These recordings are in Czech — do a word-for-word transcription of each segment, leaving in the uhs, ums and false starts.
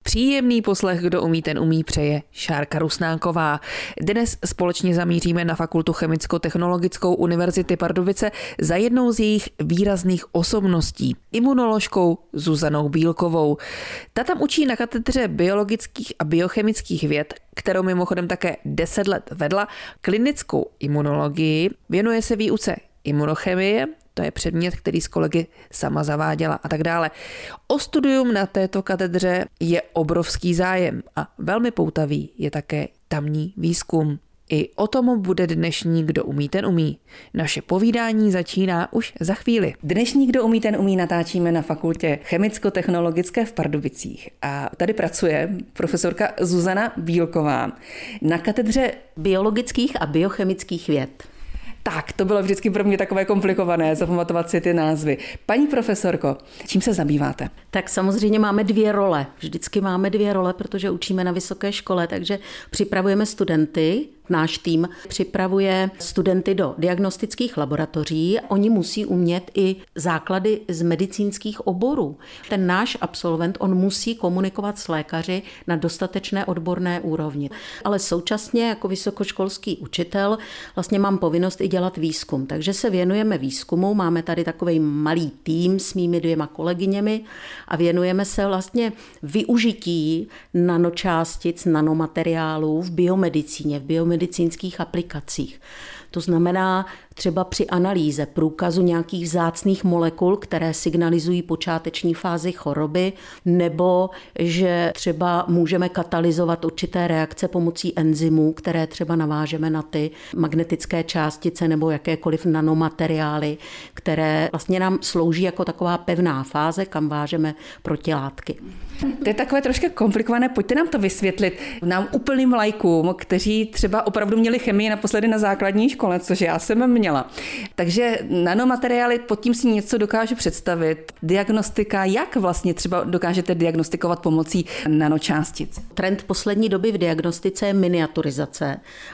Příjemný poslech, kdo umí, ten umí, přeje Šárka Rusnánková. Dnes společně zamíříme na Fakultu Chemicko-technologickou Univerzity Pardubice za jednou z jejich výrazných osobností, imunoložkou Zuzanou Bílkovou. Ta tam učí na katedře biologických a biochemických věd, kterou mimochodem také deset let vedla, klinickou imunologii, věnuje se výuce imunochemie, to je předmět, který s kolegy sama zaváděla a tak dále. O studium na této katedře je obrovský zájem a velmi poutavý je také tamní výzkum. I o tom bude dnešní Kdo umí, ten umí. Naše povídání začíná už za chvíli. Dnešní Kdo umí, ten umí natáčíme na Fakultě Chemicko-technologické v Pardubicích. A tady pracuje profesorka Zuzana Bílková na katedře biologických a biochemických věd. Tak, to bylo vždycky pro mě takové komplikované, zapamatovat si ty názvy. Paní profesorko, čím se zabýváte? Tak samozřejmě máme dvě role. Vždycky máme dvě role, protože učíme na vysoké škole, takže připravujeme studenty. Náš tým připravuje studenty do diagnostických laboratoří. Oni musí umět i základy z medicínských oborů. Ten náš absolvent, on musí komunikovat s lékaři na dostatečné odborné úrovni. Ale současně jako vysokoškolský učitel vlastně mám povinnost i dělat výzkum. Takže se věnujeme výzkumu. Máme tady takový malý tým s mými dvěma kolegyněmi a věnujeme se vlastně využití nanočástic, nanomateriálů v biomedicíně, v biomedicíně medicínských aplikacích. To znamená třeba při analýze průkazu nějakých vzácných molekul, které signalizují počáteční fázi choroby, nebo že třeba můžeme katalyzovat určité reakce pomocí enzymů, které třeba navážeme na ty magnetické částice nebo jakékoliv nanomateriály, které vlastně nám slouží jako taková pevná fáze, kam vážeme protilátky. To je takové trošku komplikované, pojďte nám to vysvětlit nám úplným laikům, kteří třeba opravdu měli chemii naposledy na základní škole, což já jsem měla. Takže nanomateriály, pod tím si něco dokážu představit. Diagnostika, jak vlastně třeba dokážete diagnostikovat pomocí nanočástic? Trend poslední doby v diagnostice je miniaturizace,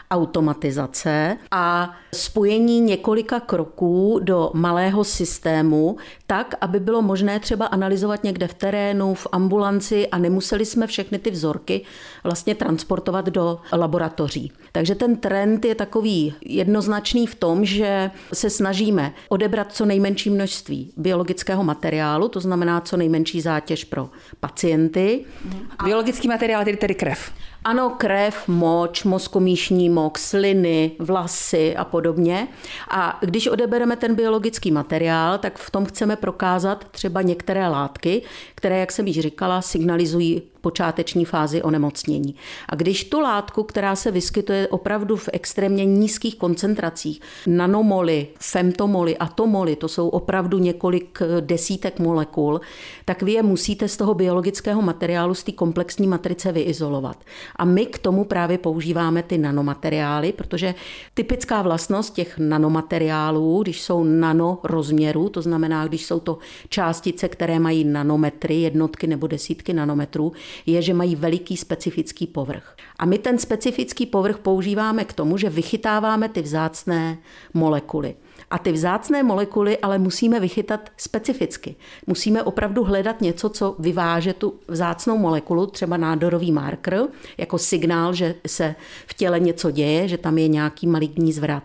automatizace a spojení několika kroků do malého systému, tak, aby bylo možné třeba analyzovat někde v terénu, v ambulanci a nemuseli jsme všechny ty vzorky vlastně transportovat do laboratoří. Takže ten trend je takový jednoznačný v tom, že se snažíme odebrat co nejmenší množství biologického materiálu, to znamená co nejmenší zátěž pro pacienty. Biologický materiál, tedy tedy krev. Ano, krev, moč, mozkomíšní mok, sliny, vlasy a podobně. A když odebereme ten biologický materiál, tak v tom chceme prokázat třeba některé látky, které, jak jsem již říkala, signalizují počáteční fázi onemocnění. A když tu látku, která se vyskytuje opravdu v extrémně nízkých koncentracích, nanomoly, femtomoly, atomoly, to jsou opravdu několik desítek molekul, tak vy je musíte z toho biologického materiálu, z té komplexní matrice vyizolovat. A my k tomu právě používáme ty nanomateriály, protože typická vlastnost těch nanomateriálů, když jsou nanorozměrů, to znamená, když jsou to částice, které mají nanometry, jednotky nebo desítky nanometrů, je, že mají veliký specifický povrch. A my ten specifický povrch používáme k tomu, že vychytáváme ty vzácné molekuly. A ty vzácné molekuly ale musíme vychytat specificky. Musíme opravdu hledat něco, co vyváže tu vzácnou molekulu, třeba nádorový marker, jako signál, že se v těle něco děje, že tam je nějaký maligní zvrat.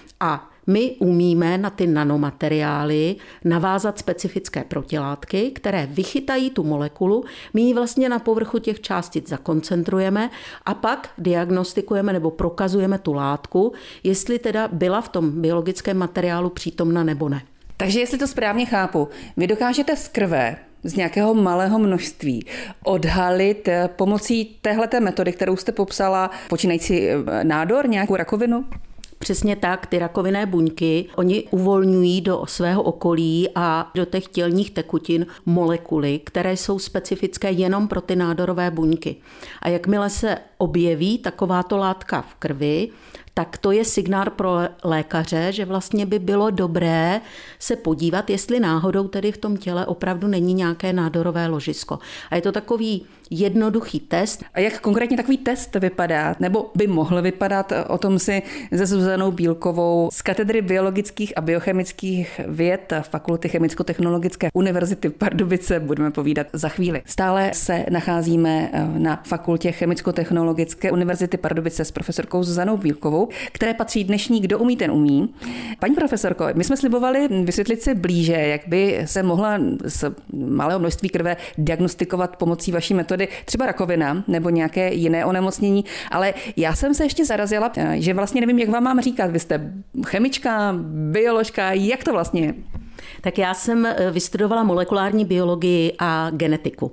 A my umíme na ty nanomateriály navázat specifické protilátky, které vychytají tu molekulu, my ji vlastně na povrchu těch částic zakoncentrujeme a pak diagnostikujeme nebo prokazujeme tu látku, jestli teda byla v tom biologickém materiálu přítomna nebo ne. Takže jestli to správně chápu, vy dokážete z krve z nějakého malého množství odhalit pomocí téhleté metody, kterou jste popsala, počínající nádor, nějakou rakovinu? Přesně tak, ty rakovinné buňky, oni uvolňují do svého okolí a do těch tělních tekutin molekuly, které jsou specifické jenom pro ty nádorové buňky. A jakmile se objeví takováto látka v krvi, tak to je signál pro lékaře, že vlastně by bylo dobré se podívat, jestli náhodou tedy v tom těle opravdu není nějaké nádorové ložisko. A je to takový jednoduchý test. A jak konkrétně takový test vypadá, nebo by mohl vypadat, o tom si se Zuzanou Bílkovou z katedry biologických a biochemických věd Fakulty Chemicko-technologické univerzity Pardubice budeme povídat za chvíli. Stále se nacházíme na Fakultě Chemicko-technologické univerzity Pardubice s profesorkou Zuzanou Bílkovou, které patří dnešní Kdo umí, ten umí. Paní profesorko, my jsme slibovali vysvětlit si blíže, jak by se mohla z malého množství krve diagnostikovat pomocí vaší metody třeba rakovina nebo nějaké jiné onemocnění, ale já jsem se ještě zarazila, že vlastně nevím, jak vám mám říkat. Vy jste chemička, bioložka, jak to vlastně je? Tak já jsem vystudovala molekulární biologii a genetiku.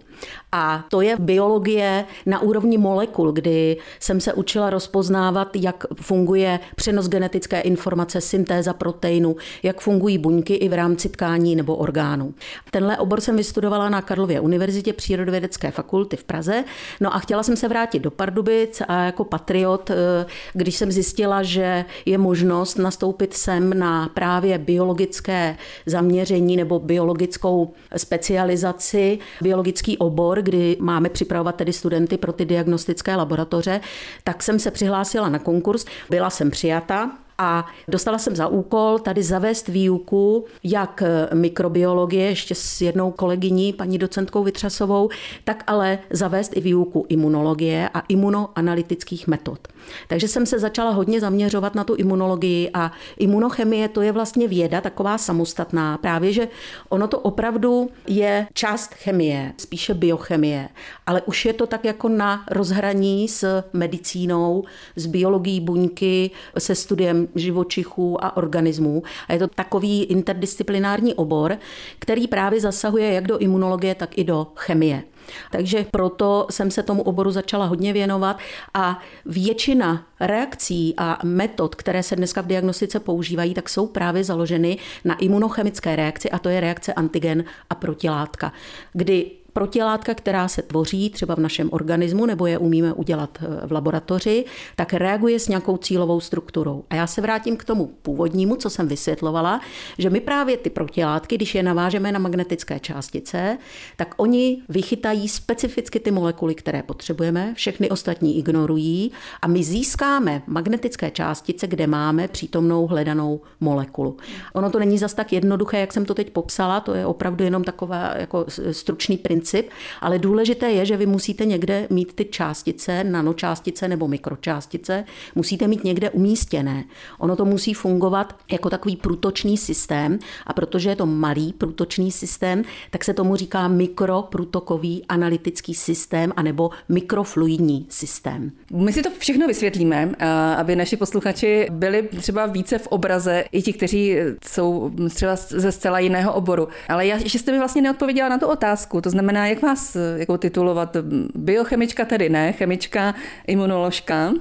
A to je biologie na úrovni molekul, kdy jsem se učila rozpoznávat, jak funguje přenos genetické informace, syntéza proteinu, jak fungují buňky i v rámci tkání nebo orgánů. Tenhle obor jsem vystudovala na Karlově univerzitě Přírodovědecké fakulty v Praze. No a chtěla jsem se vrátit do Pardubic a jako patriot, když jsem zjistila, že je možnost nastoupit sem na právě biologické zaměření nebo biologickou specializaci, biologický obor, kdy máme připravovat tedy studenty pro ty diagnostické laboratoře, tak jsem se přihlásila na konkurs, byla jsem přijata. A dostala jsem za úkol tady zavést výuku jak mikrobiologie, ještě s jednou kolegyní, paní docentkou Vytřasovou, tak ale zavést i výuku imunologie a imunoanalytických metod. Takže jsem se začala hodně zaměřovat na tu imunologii a imunochemie to je vlastně věda taková samostatná. Právě, že ono to opravdu je část chemie, spíše biochemie, ale už je to tak jako na rozhraní s medicínou, s biologií buňky, se studiem živočichů a organismů. A je to takový interdisciplinární obor, který právě zasahuje jak do imunologie, tak i do chemie. Takže proto jsem se tomu oboru začala hodně věnovat a většina reakcí a metod, které se dneska v diagnostice používají, tak jsou právě založeny na imunochemické reakci a to je reakce antigen a protilátka, kdy protilátka, která se tvoří třeba v našem organismu nebo je umíme udělat v laboratoři, tak reaguje s nějakou cílovou strukturou. A já se vrátím k tomu původnímu, co jsem vysvětlovala, že my právě ty protilátky, když je navážeme na magnetické částice, tak oni vychytají specificky ty molekuly, které potřebujeme, všechny ostatní ignorují a my získáme magnetické částice, kde máme přítomnou hledanou molekulu. Ono to není zas tak jednoduché, jak jsem to teď popsala, to je opravdu jenom taková jako stručný princip. Ale důležité je, že vy musíte někde mít ty částice, nanočástice nebo mikročástice, musíte mít někde umístěné. Ono to musí fungovat jako takový průtočný systém a protože je to malý průtočný systém, tak se tomu říká mikroprůtokový analytický systém anebo mikrofluidní systém. My si to všechno vysvětlíme, aby naši posluchači byli třeba více v obraze, i ti, kteří jsou třeba ze zcela jiného oboru. Ale já, že jste mi vlastně neodpověděla na tu otázku, to znamená, jak vás jako titulovat? Biochemička tedy ne, chemička, imunoložka?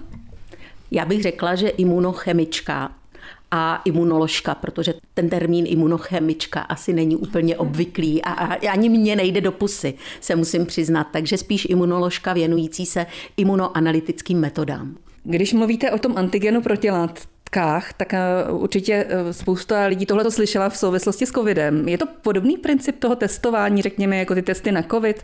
Já bych řekla, že imunochemička a imunoložka, protože ten termín imunochemička asi není úplně obvyklý a, a ani mně nejde do pusy, se musím přiznat. Takže spíš imunoložka věnující se imunoanalytickým metodám. Když mluvíte o tom antigenu protilátkách, tak určitě spousta lidí tohle slyšela v souvislosti s covidem. Je to podobný princip toho testování, řekněme, jako ty testy na covid?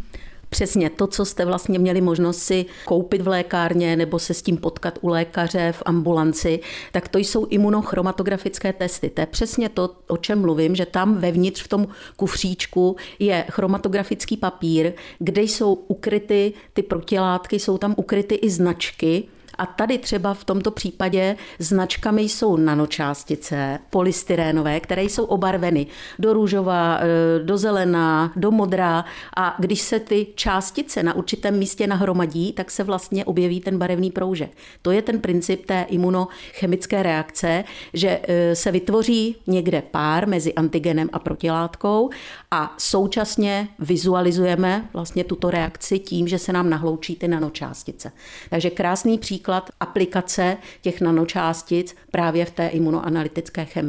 Přesně to, co jste vlastně měli možnost si koupit v lékárně nebo se s tím potkat u lékaře v ambulanci, tak to jsou imunochromatografické testy. To je přesně to, o čem mluvím, že tam vevnitř v tom kufříčku je chromatografický papír, kde jsou ukryty ty protilátky, jsou tam ukryty i značky. A tady třeba v tomto případě značkami jsou nanočástice polystyrénové, které jsou obarveny do růžová, do zelená, do modrá a když se ty částice na určitém místě nahromadí, tak se vlastně objeví ten barevný proužek. To je ten princip té imunochemické reakce, že se vytvoří někde pár mezi antigenem a protilátkou a současně vizualizujeme vlastně tuto reakci tím, že se nám nahloučí ty nanočástice. Takže krásný příklad aplikace těch nanočástic právě v té imunoanalytické chemii.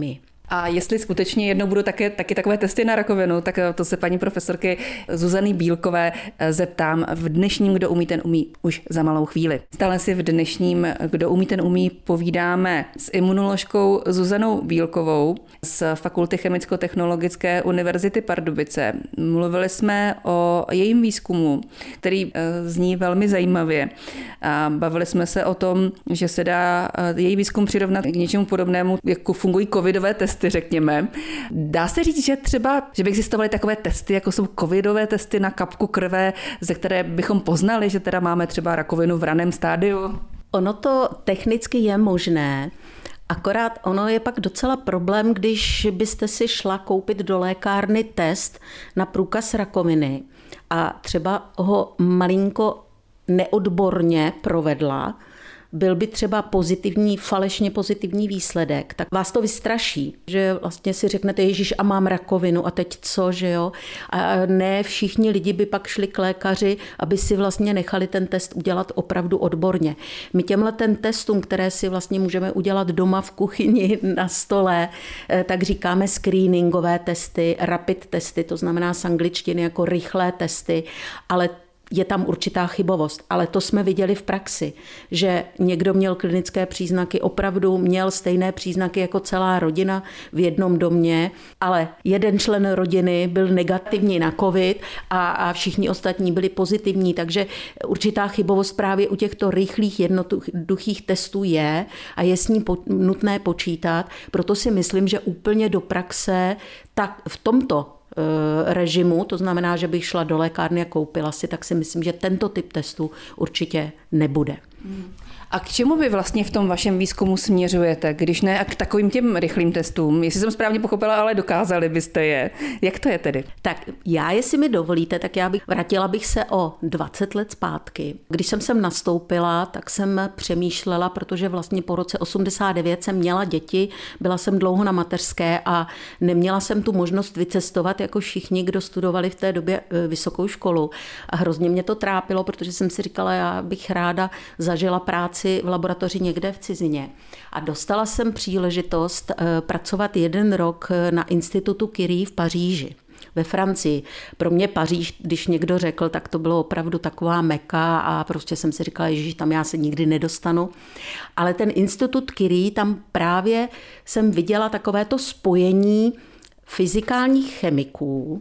A jestli skutečně jednou budou také, taky takové testy na rakovinu, tak to se paní profesorky Zuzany Bílkové zeptám v dnešním Kdo umí, ten umí už za malou chvíli. Stále si v dnešním Kdo umí, ten umí povídáme s imunoložkou Zuzanou Bílkovou z Fakulty Chemicko-technologické univerzity Pardubice. Mluvili jsme o jejím výzkumu, který zní velmi zajímavě. A bavili jsme se o tom, že se dá její výzkum přirovnat k něčemu podobnému, jako fungují covidové testy, řekněme. Dá se říct, že třeba, že by existovaly takové testy, jako jsou covidové testy na kapku krve, ze které bychom poznali, že teda máme třeba rakovinu v raném stádiu? Ono to technicky je možné, akorát ono je pak docela problém, když byste si šla koupit do lékárny test na průkaz rakoviny a třeba ho malinko neodborně provedla, byl by třeba pozitivní, falešně pozitivní výsledek, tak vás to vystraší, že vlastně si řeknete, ježiš, a mám rakovinu a teď co, že jo? A ne všichni lidi by pak šli k lékaři, aby si vlastně nechali ten test udělat opravdu odborně. My těmhle ten testům, které si vlastně můžeme udělat doma v kuchyni na stole, tak říkáme screeningové testy, rapid testy, to znamená z angličtiny jako rychlé testy, ale je tam určitá chybovost, ale to jsme viděli v praxi, že někdo měl klinické příznaky, opravdu měl stejné příznaky jako celá rodina v jednom domě, ale jeden člen rodiny byl negativní na covid a, a všichni ostatní byli pozitivní, takže určitá chybovost právě u těchto rychlých jednoduchých testů je a je s ní po, nutné počítat, proto si myslím, že úplně do praxe tak v tomto režimu, to znamená, že bych šla do lékárny a koupila si, tak si myslím, že tento typ testu určitě nebude. A k čemu vy vlastně v tom vašem výzkumu směřujete, když ne a k takovým těm rychlým testům? Jestli jsem správně pochopila, ale dokázali byste je. Jak to je tedy? Tak já, jestli mi dovolíte, tak já bych vrátila bych se o dvacet let zpátky. Když jsem sem nastoupila, tak jsem přemýšlela, protože vlastně po roce osmdesát devět jsem měla děti, byla jsem dlouho na mateřské a neměla jsem tu možnost vycestovat jako všichni, kdo studovali v té době vysokou školu. A hrozně mě to trápilo, protože jsem si říkala, já bych ráda zažila práci v laboratoři někde v cizině. A dostala jsem příležitost pracovat jeden rok na institutu Curie v Paříži, ve Francii. Pro mě Paříž, když někdo řekl, tak to bylo opravdu taková Meka a prostě jsem si říkala, ježiš, tam já se nikdy nedostanu. Ale ten institut Curie, tam právě jsem viděla takovéto spojení fyzikálních chemiků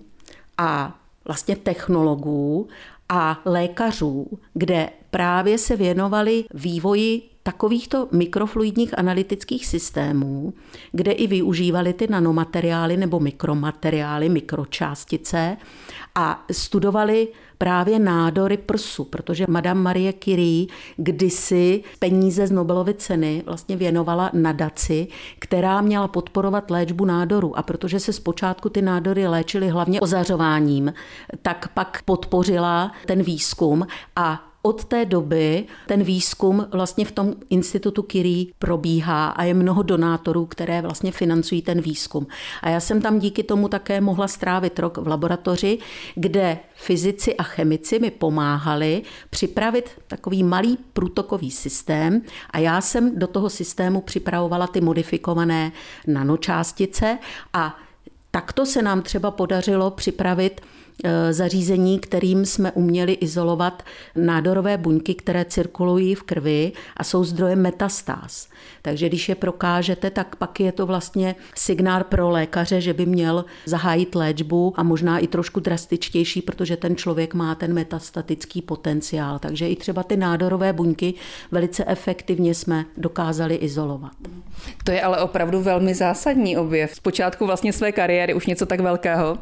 a vlastně technologů a lékařů, kde právě se věnovali vývoji takovýchto mikrofluidních analytických systémů, kde i využívali ty nanomateriály nebo mikromateriály, mikročástice a studovali právě nádory prsu, protože Madame Marie Curie kdysi peníze z Nobelovy ceny vlastně věnovala nadaci, která měla podporovat léčbu nádorů. A protože se zpočátku ty nádory léčily hlavně ozařováním, tak pak podpořila ten výzkum a od té doby ten výzkum vlastně v tom institutu Curie probíhá a je mnoho donátorů, které vlastně financují ten výzkum. A já jsem tam díky tomu také mohla strávit rok v laboratoři, kde fyzici a chemici mi pomáhali připravit takový malý průtokový systém a já jsem do toho systému připravovala ty modifikované nanočástice a takto se nám třeba podařilo připravit zařízení, kterým jsme uměli izolovat nádorové buňky, které cirkulují v krvi a jsou zdrojem metastáz. Takže když je prokážete, tak pak je to vlastně signál pro lékaře, že by měl zahájit léčbu a možná i trošku drastičtější, protože ten člověk má ten metastatický potenciál. Takže i třeba ty nádorové buňky velice efektivně jsme dokázali izolovat. To je ale opravdu velmi zásadní objev. Zpočátku vlastně své kariéry už něco tak velkého.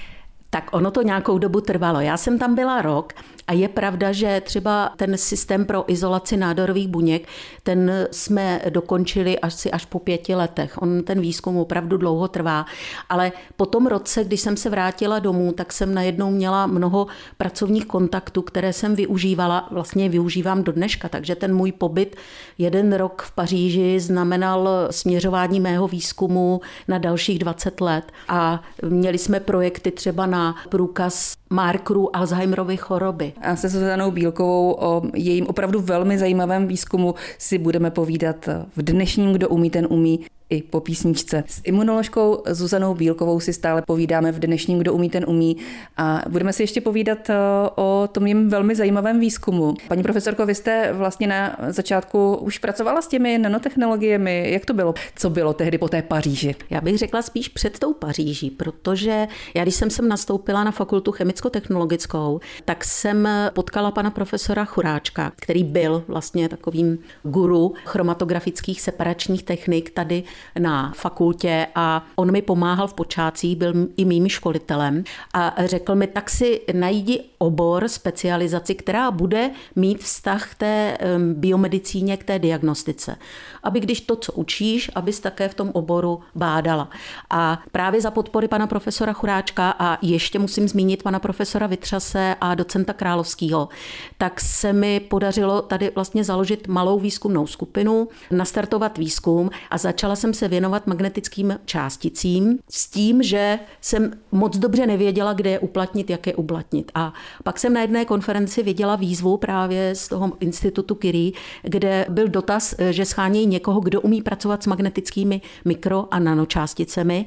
Tak ono to nějakou dobu trvalo. Já jsem tam byla rok a je pravda, že třeba ten systém pro izolaci nádorových buněk, ten jsme dokončili asi až po pěti letech. On ten výzkum opravdu dlouho trvá, ale po tom roce, když jsem se vrátila domů, tak jsem najednou měla mnoho pracovních kontaktů, které jsem využívala, vlastně využívám do dneška, takže ten můj pobyt jeden rok v Paříži znamenal směřování mého výzkumu na dalších dvacet let a měli jsme projekty třeba na průkaz markerů Alzheimerovy choroby. A se Zuzanou Bílkovou o jejím opravdu velmi zajímavém výzkumu si budeme povídat v dnešním Kdo umí, ten umí i po písničce. S imunoložkou Zuzanou Bílkovou si stále povídáme v dnešním Kdo umí, ten umí a budeme si ještě povídat o tom jim velmi zajímavém výzkumu. Paní profesorko, vy jste vlastně na začátku už pracovala s těmi nanotechnologiemi. Jak to bylo? Co bylo tehdy po té Paříži? Já bych řekla spíš před tou Paříží, protože já, když jsem sem nastoupila na fakultu chemicko-technologickou, tak jsem potkala pana profesora Churáčka, který byl vlastně takovým guru chromatografických separačních technik tady na fakultě a on mi pomáhal v počátcích, byl i mým školitelem a řekl mi, tak si najdi obor, specializaci, která bude mít vztah k té biomedicíně, k té diagnostice. Aby když to, co učíš, abys také v tom oboru bádala. A právě za podpory pana profesora Churáčka a ještě musím zmínit pana profesora Vytřase a docenta Královského, tak se mi podařilo tady vlastně založit malou výzkumnou skupinu, nastartovat výzkum a začala jsem se věnovat magnetickým částicím s tím, že jsem moc dobře nevěděla, kde je uplatnit, jak je uplatnit. A pak jsem na jedné konferenci viděla výzvu právě z toho institutu Curie, kde byl dotaz, že schánějí někoho, kdo umí pracovat s magnetickými mikro- a nanočásticemi.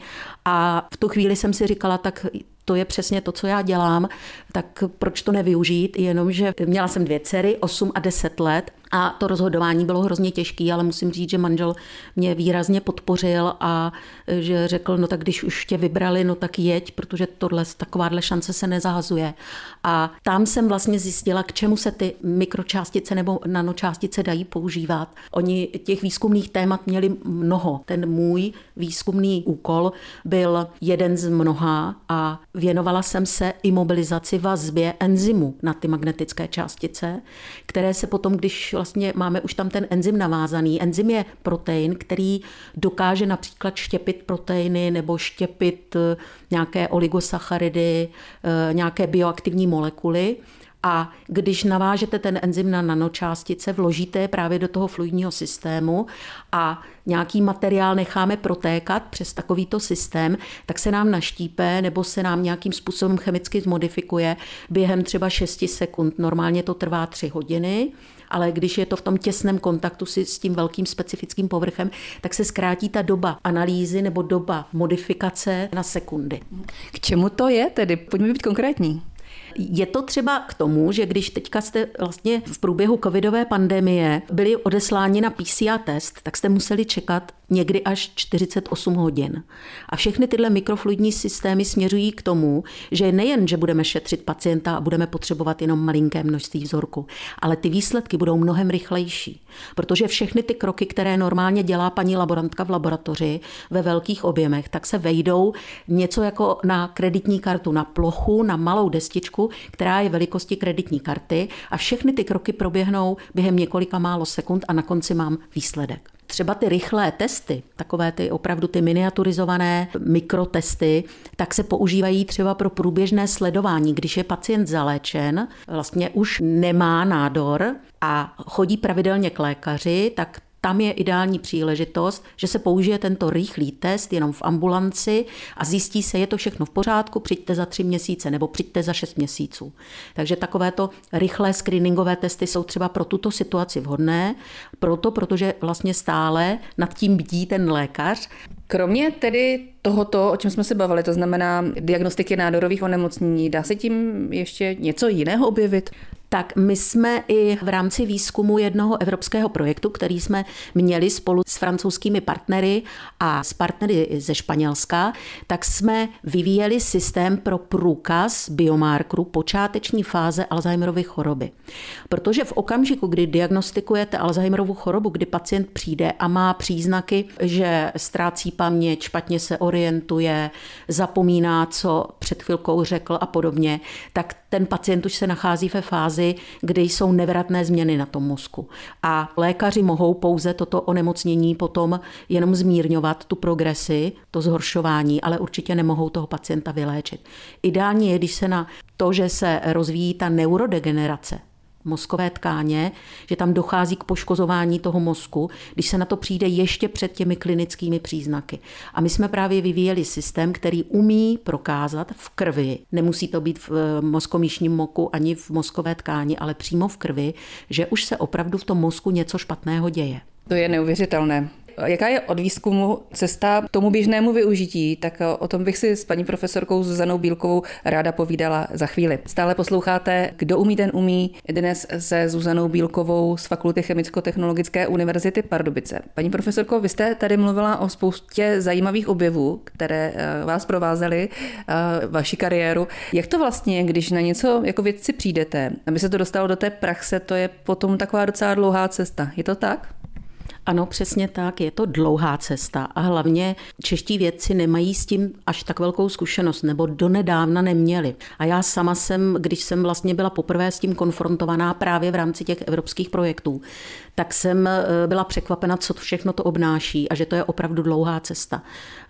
A v tu chvíli jsem si říkala, tak to je přesně to, co já dělám, tak proč to nevyužít, jenomže měla jsem dvě dcery, osm a deset let a to rozhodování bylo hrozně těžké, ale musím říct, že manžel mě výrazně podpořil a že řekl, no tak když už tě vybrali, no tak jeď, protože tohle, takováhle šance se nezahazuje. A tam jsem vlastně zjistila, k čemu se ty mikročástice nebo nanočástice dají používat. Oni těch výzkumných témat měli mnoho. Ten můj výzkumný úkol byl jeden z mnoha a věnovala jsem se imobilizaci vazbě enzymu na ty magnetické částice, které se potom, když vlastně máme už tam ten enzym navázaný. Enzym je protein, který dokáže například štěpit proteiny nebo štěpit nějaké oligosacharidy, nějaké bioaktivní molekuly. A když navážete ten enzym na nanočástice, vložíte je právě do toho fluidního systému a nějaký materiál necháme protékat přes takovýto systém, tak se nám naštípe nebo se nám nějakým způsobem chemicky zmodifikuje během třeba šesti sekund. Normálně to trvá tři hodiny, ale když je to v tom těsném kontaktu si s tím velkým specifickým povrchem, tak se zkrátí ta doba analýzy nebo doba modifikace na sekundy. K čemu to je tedy? Pojďme být konkrétní. Je to třeba k tomu, že když teďka jste vlastně v průběhu covidové pandemie byli odesláni na P C R test, tak jste museli čekat někdy až čtyřicet osm hodin. A všechny tyhle mikrofluidní systémy směřují k tomu, že nejen, že budeme šetřit pacienta a budeme potřebovat jenom malinké množství vzorku, ale ty výsledky budou mnohem rychlejší. Protože všechny ty kroky, které normálně dělá paní laborantka v laboratoři ve velkých objemech, tak se vejdou něco jako na kreditní kartu, na plochu, na malou destičku, která je velikosti kreditní karty a všechny ty kroky proběhnou během několika málo sekund a na konci mám výsledek. Třeba ty rychlé testy, takové ty opravdu ty miniaturizované mikrotesty, tak se používají třeba pro průběžné sledování. Když je pacient zaléčen, vlastně už nemá nádor a chodí pravidelně k lékaři, tak tam je ideální příležitost, že se použije tento rychlý test jenom v ambulanci a zjistí se, je to všechno v pořádku, přijďte za tři měsíce nebo přijďte za šest měsíců. Takže takovéto rychlé screeningové testy jsou třeba pro tuto situaci vhodné, proto, protože vlastně stále nad tím bdí ten lékař. Kromě tedy tohoto, o čem jsme se bavili, to znamená diagnostiky nádorových onemocnění, dá se tím ještě něco jiného objevit? Tak my jsme i v rámci výzkumu jednoho evropského projektu, který jsme měli spolu s francouzskými partnery a s partnery ze Španělska, tak jsme vyvíjeli systém pro průkaz biomarkerů počáteční fáze Alzheimerovy choroby. Protože v okamžiku, kdy diagnostikujete Alzheimerovu chorobu, kdy pacient přijde a má příznaky, že ztrácí paměť, špatně se orientuje, zapomíná, co před chvilkou řekl a podobně, tak ten pacient už se nachází ve fázi, kde jsou nevratné změny na tom mozku. A lékaři mohou pouze toto onemocnění potom jenom zmírňovat tu progresi, to zhoršování, ale určitě nemohou toho pacienta vyléčit. Ideální je, když se na to, že se rozvíjí ta neurodegenerace, mozkové tkáně, že tam dochází k poškozování toho mozku, když se na to přijde ještě před těmi klinickými příznaky. A my jsme právě vyvíjeli systém, který umí prokázat v krvi, nemusí to být v mozkomíšním moku ani v mozkové tkáni, ale přímo v krvi, že už se opravdu v tom mozku něco špatného děje. To je neuvěřitelné. Jaká je od výzkumu cesta k tomu běžnému využití, tak o tom bych si s paní profesorkou Zuzanou Bílkovou ráda povídala za chvíli. Stále posloucháte Kdo umí, ten umí, dnes se Zuzanou Bílkovou z Fakulty Chemicko-technologické univerzity Pardubice. Paní profesorko, vy jste tady mluvila o spoustě zajímavých objevů, které vás provázely vaši kariéru. Jak to vlastně, když na něco jako vědci přijdete, aby se to dostalo do té praxe, to je potom taková docela dlouhá cesta. Je to tak? Ano, přesně tak, je to dlouhá cesta a hlavně čeští vědci nemají s tím až tak velkou zkušenost, nebo donedávna neměli. A já sama jsem, když jsem vlastně byla poprvé s tím konfrontovaná právě v rámci těch evropských projektů, tak jsem byla překvapena, co všechno to obnáší a že to je opravdu dlouhá cesta.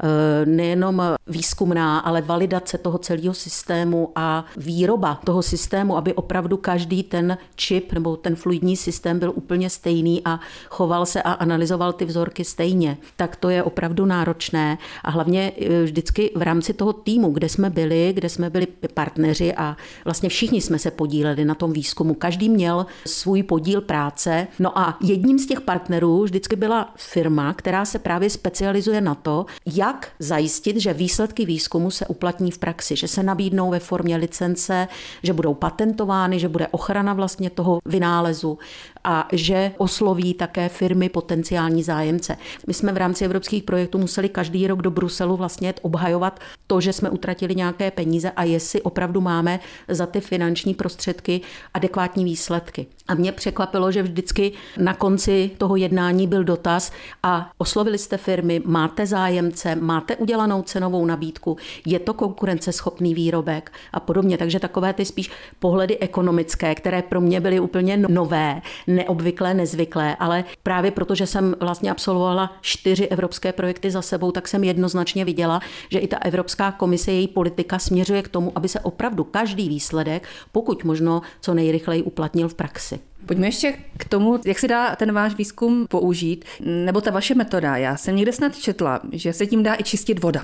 Nejenom výzkumná, ale validace toho celého systému a výroba toho systému, aby opravdu každý ten čip nebo ten fluidní systém byl úplně stejný a choval se a analyzoval ty vzorky stejně, tak to je opravdu náročné. A hlavně vždycky v rámci toho týmu, kde jsme byli, kde jsme byli partneři a vlastně všichni jsme se podíleli na tom výzkumu. Každý měl svůj podíl práce. No a jedním z těch partnerů vždycky byla firma, která se právě specializuje na to, jak zajistit, že výsledky výzkumu se uplatní v praxi, že se nabídnou ve formě licence, že budou patentovány, že bude ochrana vlastně toho vynálezu a že osloví také firmy potenciální zájemce. My jsme v rámci evropských projektů museli každý rok do Bruselu vlastně obhajovat to, že jsme utratili nějaké peníze a jestli opravdu máme za ty finanční prostředky adekvátní výsledky. A mě překvapilo, že vždycky na konci toho jednání byl dotaz a oslovili jste firmy, máte zájemce, máte udělanou cenovou nabídku, je to konkurenceschopný výrobek a podobně. Takže takové ty spíš pohledy ekonomické, které pro mě byly úplně nové, neobvyklé, nezvyklé, ale právě protože jsem vlastně absolvovala čtyři evropské projekty za sebou, tak jsem jednoznačně viděla, že i ta Evropská komise, její politika směřuje k tomu, aby se opravdu každý výsledek, pokud možno, co nejrychleji uplatnil v praxi. Pojďme ještě k tomu, jak se dá ten váš výzkum použít, nebo ta vaše metoda. Já jsem někde snad četla, že se tím dá i čistit voda.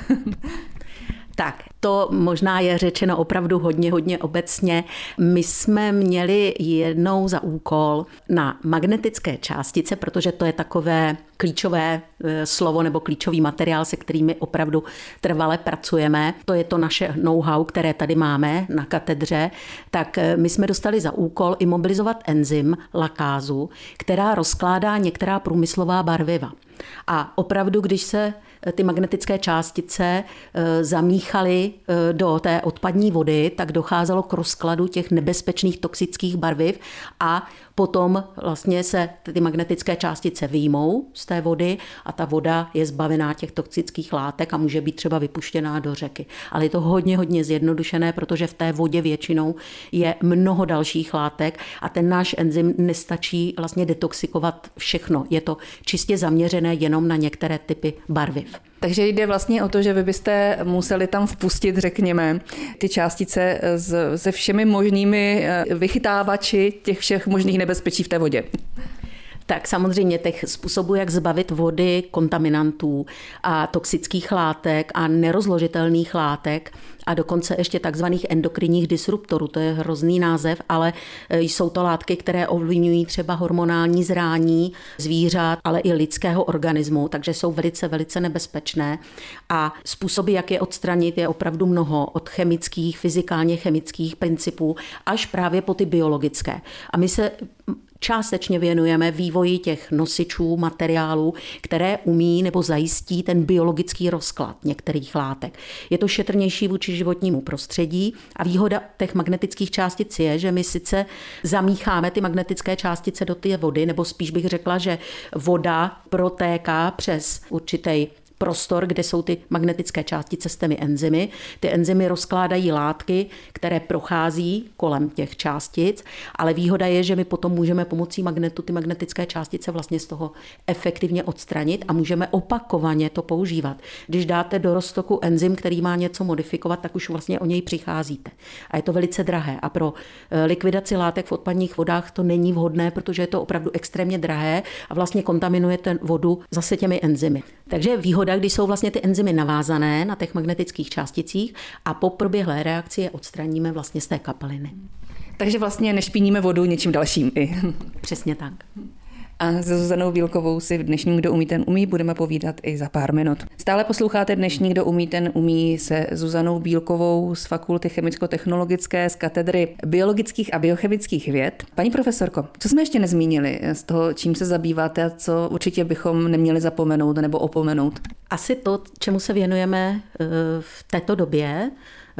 Tak, to možná je řečeno opravdu hodně, hodně obecně. My jsme měli jednou za úkol na magnetické částice, protože to je takové klíčové slovo nebo klíčový materiál, se kterými opravdu trvale pracujeme. To je to naše know-how, které tady máme na katedře. Tak my jsme dostali za úkol imobilizovat enzym lakázu, která rozkládá některá průmyslová barviva. A opravdu, když se ty magnetické částice zamíchaly do té odpadní vody, tak docházelo k rozkladu těch nebezpečných toxických barviv a potom vlastně se ty magnetické částice vyjmou z té vody a ta voda je zbavená těch toxických látek a může být třeba vypuštěná do řeky. Ale je to hodně, hodně zjednodušené, protože v té vodě většinou je mnoho dalších látek a ten náš enzym nestačí vlastně detoxikovat všechno. Je to čistě zaměřené jenom na některé typy barviv. Takže jde vlastně o to, že vy byste museli tam vpustit, řekněme, ty částice se všemi možnými vychytávači těch všech možných nebezpečí v té vodě. Tak samozřejmě těch způsobů, jak zbavit vody kontaminantů a toxických látek a nerozložitelných látek a dokonce ještě takzvaných endokrinních disruptorů, to je hrozný název, ale jsou to látky, které ovlivňují třeba hormonální zrání zvířat, ale i lidského organismu, takže jsou velice, velice nebezpečné a způsoby, jak je odstranit, je opravdu mnoho, od chemických, fyzikálně chemických principů až právě po ty biologické. A my se částečně věnujeme vývoji těch nosičů, materiálů, které umí nebo zajistí ten biologický rozklad některých látek. Je to šetrnější vůči životnímu prostředí a výhoda těch magnetických částic je, že my sice zamícháme ty magnetické částice do té vody, nebo spíš bych řekla, že voda protéká přes určitý prostor, kde jsou ty magnetické částice s těmi enzymy. Ty enzymy rozkládají látky, které prochází kolem těch částic, ale výhoda je, že my potom můžeme pomocí magnetu ty magnetické částice vlastně z toho efektivně odstranit a můžeme opakovaně to používat. Když dáte do roztoku enzym, který má něco modifikovat, tak už vlastně o něj přicházíte. A je to velice drahé. A pro likvidaci látek v odpadních vodách to není vhodné, protože je to opravdu extrémně drahé a vlastně kontaminujete vodu zase těmi enzymy. Takže výhoda, když jsou vlastně ty enzymy navázané na těch magnetických částicích a po proběhlé reakci je odstraníme vlastně z té kapaliny. Takže vlastně nešpiníme vodu něčím dalším i. Přesně tak. A se Zuzanou Bílkovou si v dnešním Kdo umí, ten umí budeme povídat i za pár minut. Stále posloucháte dnešní Kdo umí, ten umí se Zuzanou Bílkovou z Fakulty chemicko-technologické z katedry biologických a biochemických věd. Paní profesorko, co jsme ještě nezmínili z toho, čím se zabýváte a co určitě bychom neměli zapomenout nebo opomenout? Asi to, čemu se věnujeme v této době,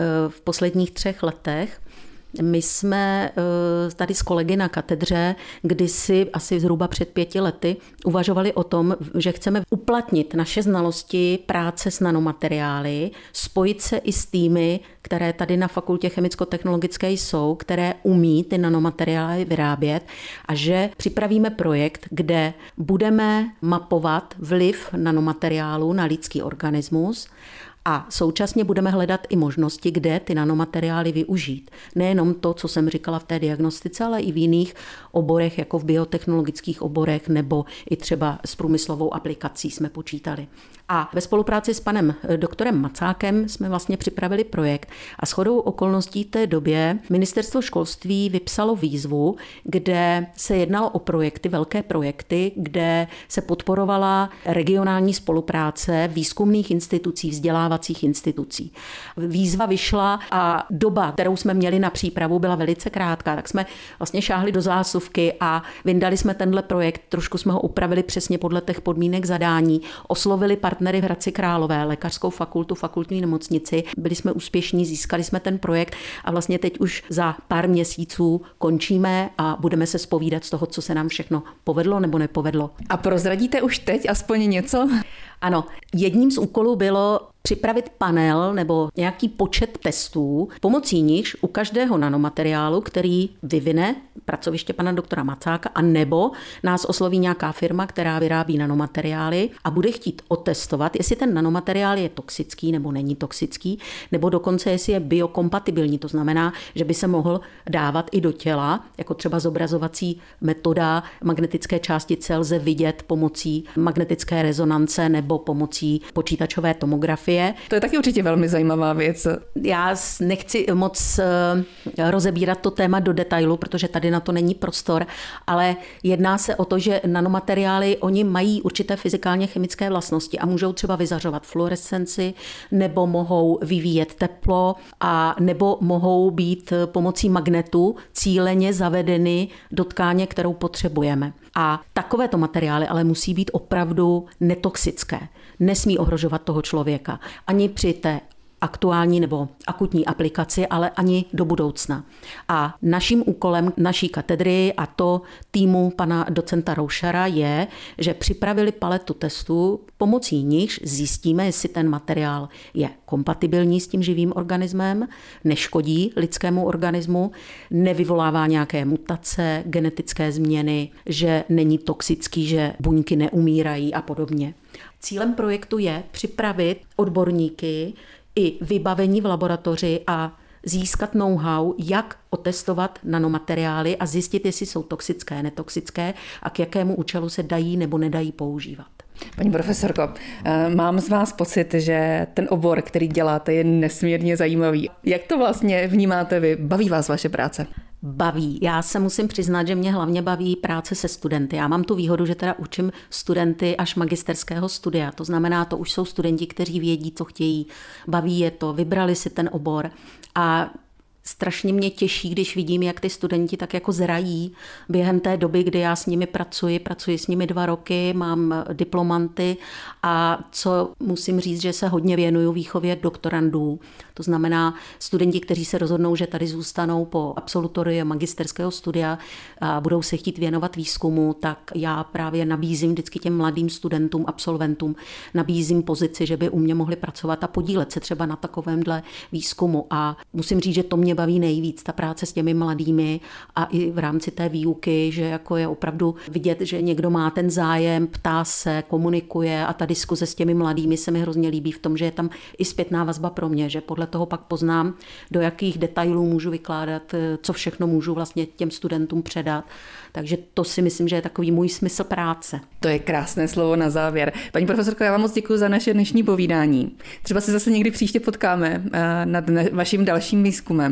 v posledních třech letech. My jsme tady s kolegy na katedře kdysi asi zhruba před pěti lety uvažovali o tom, že chceme uplatnit naše znalosti práce s nanomateriály, spojit se i s týmy, které tady na fakultě chemicko-technologické jsou, které umí ty nanomateriály vyrábět a že připravíme projekt, kde budeme mapovat vliv nanomateriálů na lidský organismus a současně budeme hledat i možnosti, kde ty nanomateriály využít. Nejenom to, co jsem říkala v té diagnostice, ale i v jiných oborech, jako v biotechnologických oborech nebo i třeba s průmyslovou aplikací jsme počítali. A ve spolupráci s panem doktorem Macákem jsme vlastně připravili projekt a shodou okolností té době Ministerstvo školství vypsalo výzvu, kde se jednalo o projekty, velké projekty, kde se podporovala regionální spolupráce výzkumných institucí, vzdělávacích institucí. Výzva vyšla a doba, kterou jsme měli na přípravu, byla velice krátká, tak jsme vlastně šáhli do zásuvky a vyndali jsme tenhle projekt, trošku jsme ho upravili přesně podle těch podmínek zadání, oslovili partnery v Hradci Králové, lékařskou fakultu, fakultní nemocnici. Byli jsme úspěšní, získali jsme ten projekt a vlastně teď už za pár měsíců končíme a budeme se zpovídat z toho, co se nám všechno povedlo nebo nepovedlo. A prozradíte už teď aspoň něco? Ano, jedním z úkolů bylo připravit panel nebo nějaký počet testů, pomocí nichž u každého nanomateriálu, který vyvine pracoviště pana doktora Macáka, a nebo nás osloví nějaká firma, která vyrábí nanomateriály a bude chtít otestovat, jestli ten nanomateriál je toxický nebo není toxický, nebo dokonce jestli je biokompatibilní, to znamená, že by se mohl dávat i do těla, jako třeba zobrazovací metoda, magnetické částice lze vidět pomocí magnetické rezonance nebo pomocí počítačové tomografie. To je taky určitě velmi zajímavá věc. Já nechci moc rozebírat to téma do detailu, protože tady na to není prostor, ale jedná se o to, že nanomateriály, oni mají určité fyzikálně chemické vlastnosti a můžou třeba vyzařovat fluorescenci, nebo mohou vyvíjet teplo, a nebo mohou být pomocí magnetu cíleně zavedeny do tkáně, kterou potřebujeme. A takovéto materiály ale musí být opravdu netoxické. Nesmí ohrožovat toho člověka ani při té aktuální nebo akutní aplikaci, ale ani do budoucna. A naším úkolem naší katedry a to týmu pana docenta Roušara je, že připravili paletu testů, pomocí nichž zjistíme, jestli ten materiál je kompatibilní s tím živým organismem, neškodí lidskému organismu, nevyvolává nějaké mutace, genetické změny, že není toxický, že buňky neumírají a podobně. Cílem projektu je připravit odborníky i vybavení v laboratoři a získat know-how, jak otestovat nanomateriály a zjistit, jestli jsou toxické, netoxické a k jakému účelu se dají nebo nedají používat. Paní profesorko, mám z vás pocit, že ten obor, který děláte, je nesmírně zajímavý. Jak to vlastně vnímáte vy? Baví vás vaše práce? Baví. Já se musím přiznat, že mě hlavně baví práce se studenty. Já mám tu výhodu, že teda učím studenty až magisterského studia. To znamená, to už jsou studenti, kteří vědí, co chtějí. Baví je to, vybrali si ten obor a strašně mě těší, když vidím, jak ty studenti tak jako zrají během té doby, kdy já s nimi pracuji. Pracuji s nimi dva roky, mám diplomanty a co musím říct, že se hodně věnuju výchově doktorandů. To znamená studenti, kteří se rozhodnou, že tady zůstanou po absolutoriu magisterského studia a budou se chtít věnovat výzkumu, tak já právě nabízím vždycky těm mladým studentům, absolventům, nabízím pozici, že by u mě mohli pracovat a podílet se třeba na takovémhle výzkumu. A musím říct, že to mě baví nejvíc, ta práce s těmi mladými a i v rámci té výuky, že jako je opravdu vidět, že někdo má ten zájem, ptá se, komunikuje a ta diskuze s těmi mladými se mi hrozně líbí v tom, že je tam i zpětná vazba pro mě, že podle toho pak poznám, do jakých detailů můžu vykládat, co všechno můžu vlastně těm studentům předat. Takže to si myslím, že je takový můj smysl práce. To je krásné slovo na závěr. Paní profesorko, já vám moc děkuji za naše dnešní povídání. Třeba se zase někdy příště potkáme nad vaším dalším výzkumem.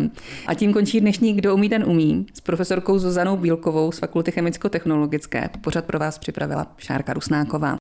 způsobem. A tím končí dnešní Kdo umí, ten umí s profesorkou Zuzanou Bílkovou z Fakulty chemicko-technologické. Pořad pro vás připravila Šárka Rusnáková.